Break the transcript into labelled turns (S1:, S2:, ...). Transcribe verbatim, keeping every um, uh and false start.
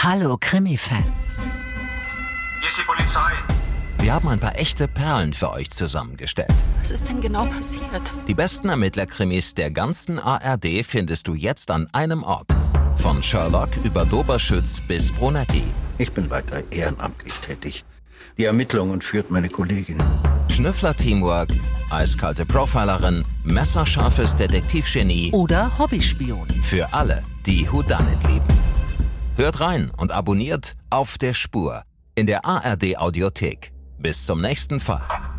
S1: Hallo Krimi-Fans.
S2: Hier ist die Polizei.
S3: Wir haben ein paar echte Perlen für euch zusammengestellt.
S1: Was ist denn genau passiert?
S3: Die besten Ermittlerkrimis der ganzen A R D findest du jetzt an einem Ort. Von Sherlock über Doberschütz bis Brunetti.
S4: Ich bin weiter ehrenamtlich tätig. Die Ermittlungen führt meine Kollegin.
S3: Schnüffler-Teamwork, eiskalte Profilerin, messerscharfes Detektivgenie
S1: Oder Hobbyspion.
S3: für alle, die Whodunit lieben. Hört rein und abonniert Auf der Spur in der A R D Audiothek. Bis zum nächsten Fall.